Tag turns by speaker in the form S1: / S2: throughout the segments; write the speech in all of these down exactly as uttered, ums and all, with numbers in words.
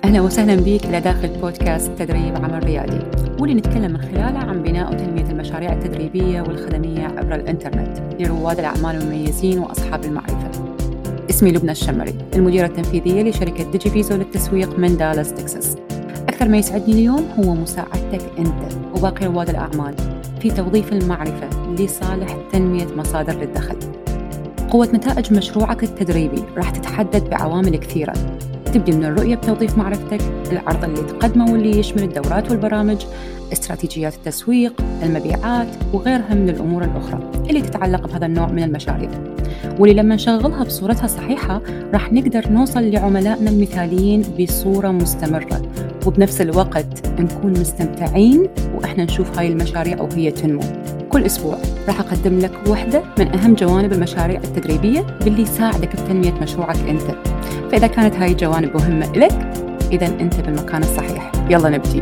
S1: أهلا وسهلا بك إلى داخل بودكاست تدريب عمل ريادي، واللي نتكلم من خلاله عن بناء وتنمية المشاريع التدريبية والخدمية عبر الإنترنت لرواد الأعمال المميزين وأصحاب المعرفة. اسمي لبنى الشمري، المديرة التنفيذية لشركة ديجيفيزو للتسويق من دالاس تكساس. أكثر ما يسعدني اليوم هو مساعدتك أنت وباقي رواد الأعمال في توظيف المعرفة لصالح تنمية مصادر للدخل. قوة نتائج مشروعك التدريبي راح تتحدد بعوامل كثيرة، تبدي من الرؤية بتوظيف معرفتك، العرض اللي تقدمه واللي يشمل الدورات والبرامج، استراتيجيات التسويق، المبيعات وغيرها من الأمور الأخرى اللي تتعلق بهذا النوع من المشاريع، واللي لما نشغلها بصورتها الصحيحة راح نقدر نوصل لعملائنا المثاليين بصورة مستمرة، وبنفس الوقت نكون مستمتعين وإحنا نشوف هاي المشاريع وهي تنمو. كل أسبوع راح أقدم لك واحدة من أهم جوانب المشاريع التدريبية باللي يساعدك بتنمية مشروعك أنت. فإذا كانت هاي الجوانب مهمة إلك، إذن أنت بالمكان الصحيح. يلا نبدي.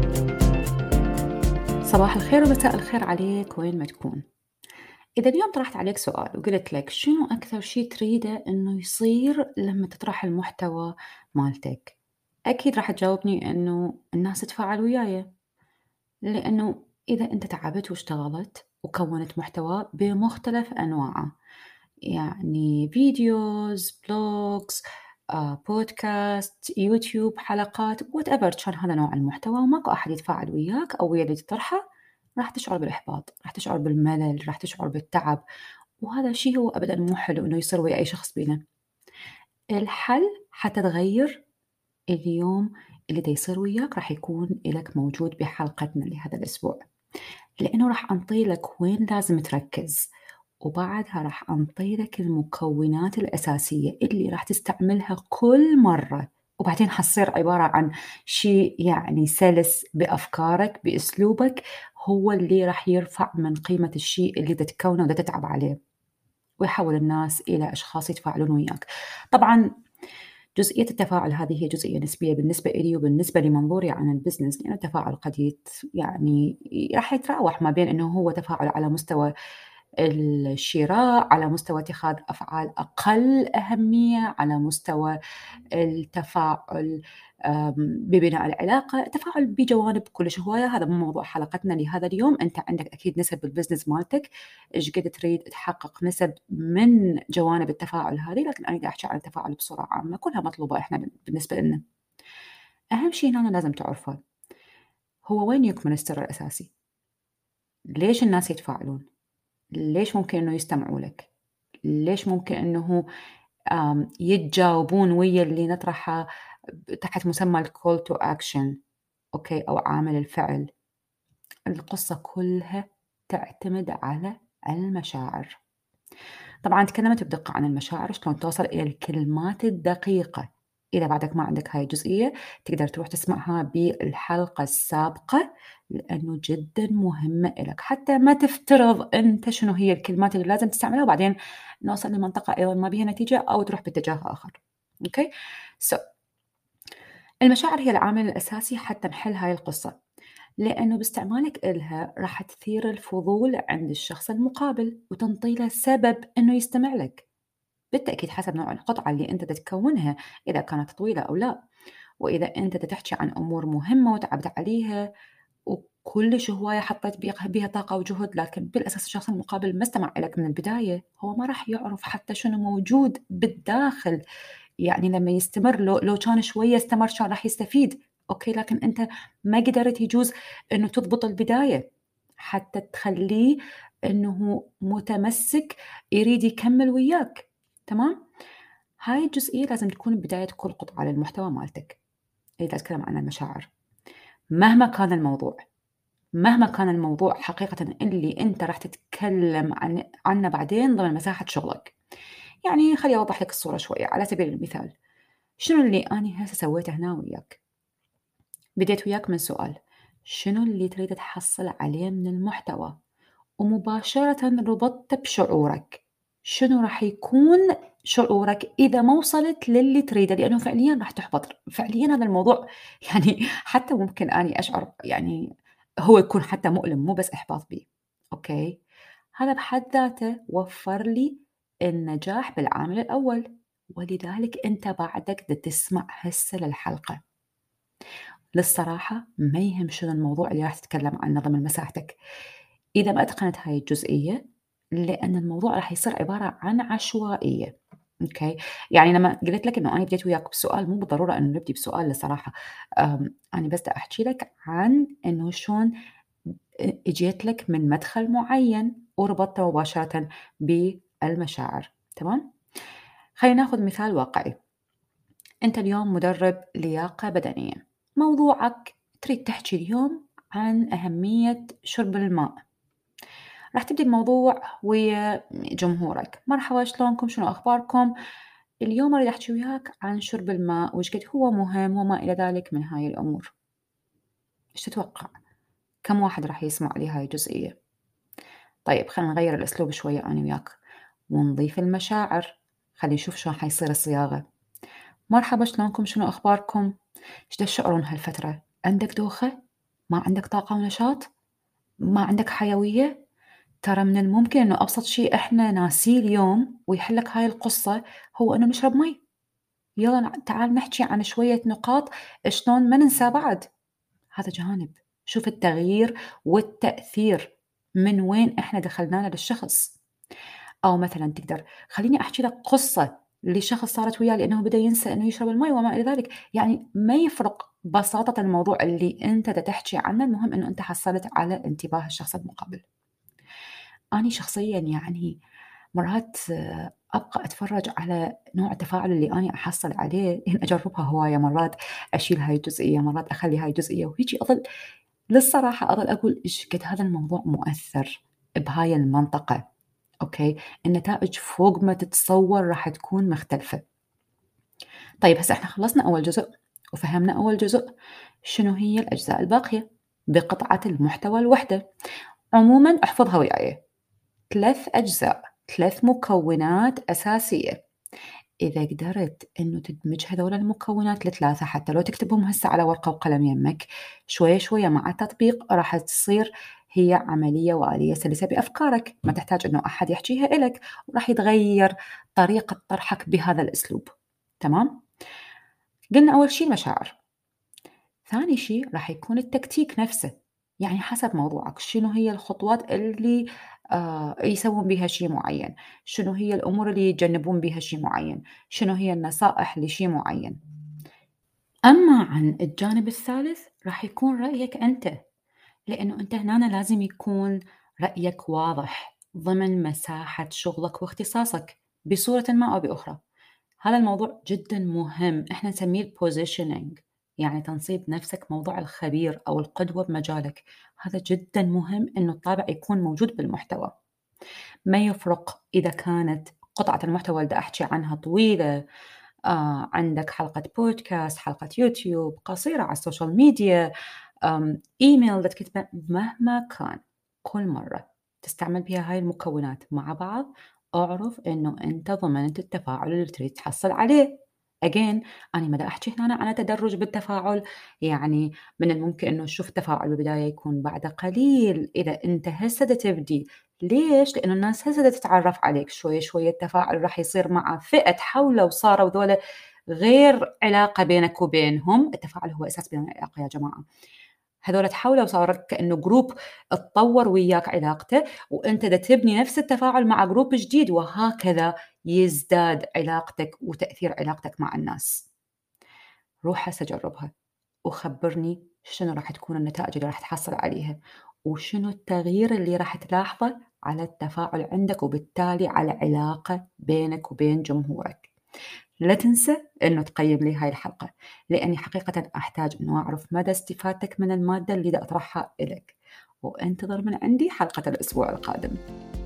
S1: صباح الخير ومساء الخير عليك وين ما تكون. إذا اليوم طرحت عليك سؤال وقلت لك شنو أكثر شيء تريده إنه يصير لما تطرح المحتوى مالتك، أكيد راح تجاوبني إنه الناس تتفاعل وياي، لأنه إذا أنت تعبت واشتغلت وكونت محتوى بمختلف أنواعه، يعني فيديوز، بلوجز، آه، بودكاست، يوتيوب، حلقات، whatever كان هذا نوع المحتوى، وماكو أحد يتفاعل وياك أو ويا اللي تطرحه، راح تشعر بالإحباط، راح تشعر بالملل، راح تشعر بالتعب، وهذا شيء هو أبدا مو حلو إنه يصير ويا أي شخص بينا. الحل حتى تغير اليوم اللي دا يصير وياك راح يكون لك موجود بحلقتنا لهذا الأسبوع، لأنه راح أنطي لك وين لازم تركز، وبعدها راح أنطي لك المكونات الأساسية اللي راح تستعملها كل مرة، وبعدين حتصير عبارة عن شيء يعني سلس بأفكارك بأسلوبك، هو اللي راح يرفع من قيمة الشيء اللي تتكونه ودا تتعب عليه، ويحول الناس إلى أشخاص يتفاعلون وياك. طبعاً جزئية التفاعل هذه هي جزئية نسبية بالنسبة إلي وبالنسبة لمنظوري عن البزنس، لأن التفاعل قد يت يعني راح يتراوح ما بين إنه هو تفاعل على مستوى الشراء، على مستوى اتخاذ أفعال أقل أهمية، على مستوى التفاعل آم، ببناء العلاقة، التفاعل بجوانب كلش هواية. هذا مو موضوع حلقتنا لهذا اليوم. أنت عندك أكيد نسب بالبزنس مالتك، إيش قد تريد تحقق نسب من جوانب التفاعل هذه، لكن أنا قاعد أحكي عن التفاعل بصورة عامة، كلها مطلوبة إحنا بالنسبة لنا. أهم شيء هنا لازم تعرفه هو وين يكمن السر الأساسي، ليش الناس يتفاعلون، ليش ممكن إنه يستمعوا لك، ليش ممكن إنه آم، يتجاوبون ويا اللي نطرحه تحت مسمى الكول تو أكشن، أوكي، أو عامل الفعل. القصة كلها تعتمد على المشاعر. طبعا تكلمت بدقة عن المشاعر، شلون توصل إلى الكلمات الدقيقة. إذا بعدك ما عندك هاي الجزئية تقدر تروح تسمعها بالحلقة السابقة، لأنه جدا مهمة إلك حتى ما تفترض أنت شنو هي الكلمات اللي لازم تستعملها، وبعدين نوصل لمنطقة أيضا ما بيها نتيجة أو تروح باتجاه آخر. أوكي، سو so, المشاعر هي العامل الأساسي حتى نحل هاي القصة، لأنه باستعمالك إلها راح تثير الفضول عند الشخص المقابل وتنطي له سبب أنه يستمع لك، بالتأكيد حسب نوع القطعة اللي أنت تتكونها، إذا كانت طويلة أو لا، وإذا أنت تحكي عن أمور مهمة وتعبت عليها وكلش هواية حطيت بيها طاقة وجهد، لكن بالأساس الشخص المقابل ما استمع لك من البداية، هو ما راح يعرف حتى شنو موجود بالداخل. يعني لما يستمر، لو, لو كان شوية استمر كان راح يستفيد، أوكي، لكن أنت ما قدرت يجوز أنه تضبط البداية حتى تخليه أنه متمسك يريد يكمل وياك. تمام؟ هاي الجزئية لازم تكون بداية كل قطعة للمحتوى مالتك. إذا أتكلم عن المشاعر، مهما كان الموضوع مهما كان الموضوع حقيقة اللي أنت راح تتكلم عن عنه بعدين ضمن مساحة شغلك، يعني خلي أوضح لك الصورة شوية. على سبيل المثال، شنو اللي أنا هسه سويته هنا وياك؟ بديت وياك من سؤال شنو اللي تريد تحصل عليه من المحتوى، ومباشرة ربطت بشعورك. شنو راح يكون شعورك إذا ما وصلت للي تريده؟ لأنه فعليا راح تحبط فعليا. هذا الموضوع يعني حتى ممكن أني أشعر يعني هو يكون حتى مؤلم، مو بس إحباط بيه. أوكي، هذا بحد ذاته وفر لي النجاح بالعامل الأول، ولذلك أنت بعدك دا تسمع هسه للحلقة. للصراحة ما يهم شنو الموضوع اللي راح تتكلم عنه ضمن مساحتك، إذا ما أتقنت هاي الجزئية، لأن الموضوع راح يصير عبارة عن عشوائية. أوكي، يعني لما قلت لك إنه أنا بديت وياك بسؤال، مو بالضرورة إنه نبدي بسؤال الصراحة. أم، أنا بس دا أحكي لك عن إنه شلون اجيت لك من مدخل معين وربطته مباشرة بالمشاعر. تمام؟ خلينا ناخذ مثال واقعي. أنت اليوم مدرب لياقة بدنية، موضوعك تريد تحكي اليوم عن أهمية شرب الماء. راح تبدي الموضوع ويا جمهورك، مرحبا شلونكم، شنو أخباركم؟ اليوم أريد أحكي وياك عن شرب الماء وإيش قد هو مهم وما إلى ذلك من هاي الأمور. إيش تتوقع؟ كم واحد راح يسمع لي هاي الجزئية؟ طيب خلينا نغير الأسلوب شوية أنا وياك ونضيف المشاعر. خلينا نشوف شلون حيصير الصياغة. مرحبا شلونكم، شنو أخباركم؟ إيش دا تشعرون هالفترة؟ عندك دوخة؟ ما عندك طاقة ونشاط؟ ما عندك حيوية؟ ترى من الممكن إنه أبسط شيء إحنا ناسيه اليوم ويحلك هاي القصة هو إنه نشرب مي. يلا نع- تعال نحكي عن شوية نقاط شلون ما ننسى بعد. هذا جانب. شوف التغيير والتأثير من وين إحنا دخلنا للشخص. أو مثلا تقدر خليني أحكي لك قصة لشخص صارت وياه لأنه بدأ ينسى إنه يشرب المي وما إلى ذلك. يعني ما يفرق بساطة الموضوع اللي أنت دا تحكي عنه، المهم إنه أنت حصلت على انتباه الشخص المقابل. أنا شخصيا يعني مرات آه، أبقى أتفرج على نوع التفاعل اللي أنا أحصل عليه، لأن أجربها هواية مرات، أشيل هاي الجزئية مرات أخلي هاي الجزئية، وهيجي أظل للصراحة أظل أقول إيش قد هذا الموضوع مؤثر بهاي المنطقة. أوكي، النتائج فوق ما تتصور راح تكون مختلفة. طيب هسه إحنا خلصنا أول جزء وفهمنا أول جزء. شنو هي الأجزاء الباقية بقطعة المحتوى الوحدة؟ عموما احفظها وياي، ثلاث أجزاء، ثلاث مكونات أساسية. إذا قدرت إنه تدمج هذول المكونات الثلاثة، حتى لو تكتبهم هسه على ورقة وقلم يمك، شوية شوية مع التطبيق راح تصير هي عملية وآلية سلسة بأفكارك، ما تحتاج إنه أحد يحكيها إلك، وراح يتغير طريقة طرحك بهذا الأسلوب. تمام؟ قلنا أول شيء المشاعر. ثاني شيء راح يكون التكتيك نفسه، يعني حسب موضوعك شنو هي الخطوات اللي آه يسوون بها شيء معين، شنو هي الأمور اللي يتجنبون بها شيء معين، شنو هي النصائح لشيء معين. أما عن الجانب الثالث راح يكون رأيك أنت، لأنه أنت هنا لازم يكون رأيك واضح ضمن مساحة شغلك واختصاصك بصورة ما أو بأخرى. هذا الموضوع جدا مهم، احنا نسميه البوزيشننج، يعني تنصيب نفسك موضوع الخبير أو القدوة بمجالك. هذا جدا مهم إنه الطابع يكون موجود بالمحتوى. ما يفرق إذا كانت قطعة المحتوى اللي أحكي عنها طويلة، آه عندك حلقة بودكاست، حلقة يوتيوب، قصيرة على السوشيال ميديا، آم، إيميل تكتبه، مهما كان كل مرة تستعمل بها هاي المكونات مع بعض، أعرف إنه أنت ضمنت التفاعل اللي تريد تحصل عليه. Again أنا ما دا أحكي هنا عن تدرج بالتفاعل، يعني من الممكن إنه تشوف التفاعل بالبداية يكون بعد قليل إذا أنت هسه دا تبدي. ليش؟ لأنه الناس هسه دا تتعرف عليك، شوية شوية التفاعل راح يصير مع فئة حوله وصاروا ذولا غير علاقة بينك وبينهم. التفاعل هو أساس بين العلاقة يا جماعة. هذول تحولوا وصارت كأنه جروب اتطور وياك علاقته، وانت دا تبني نفس التفاعل مع جروب جديد، وهكذا يزداد علاقتك وتأثير علاقتك مع الناس. روح هسه جربها وخبرني شنو راح تكون النتائج اللي راح تحصل عليها، وشنو التغيير اللي راح تلاحظه على التفاعل عندك وبالتالي على علاقة بينك وبين جمهورك. لا تنسى إنه تقيم لي هاي الحلقة، لأني حقيقة أحتاج إنه أعرف مدى استفادتك من المادة اللي دا أطرحها إليك. وانتظر من عندي حلقة الأسبوع القادم.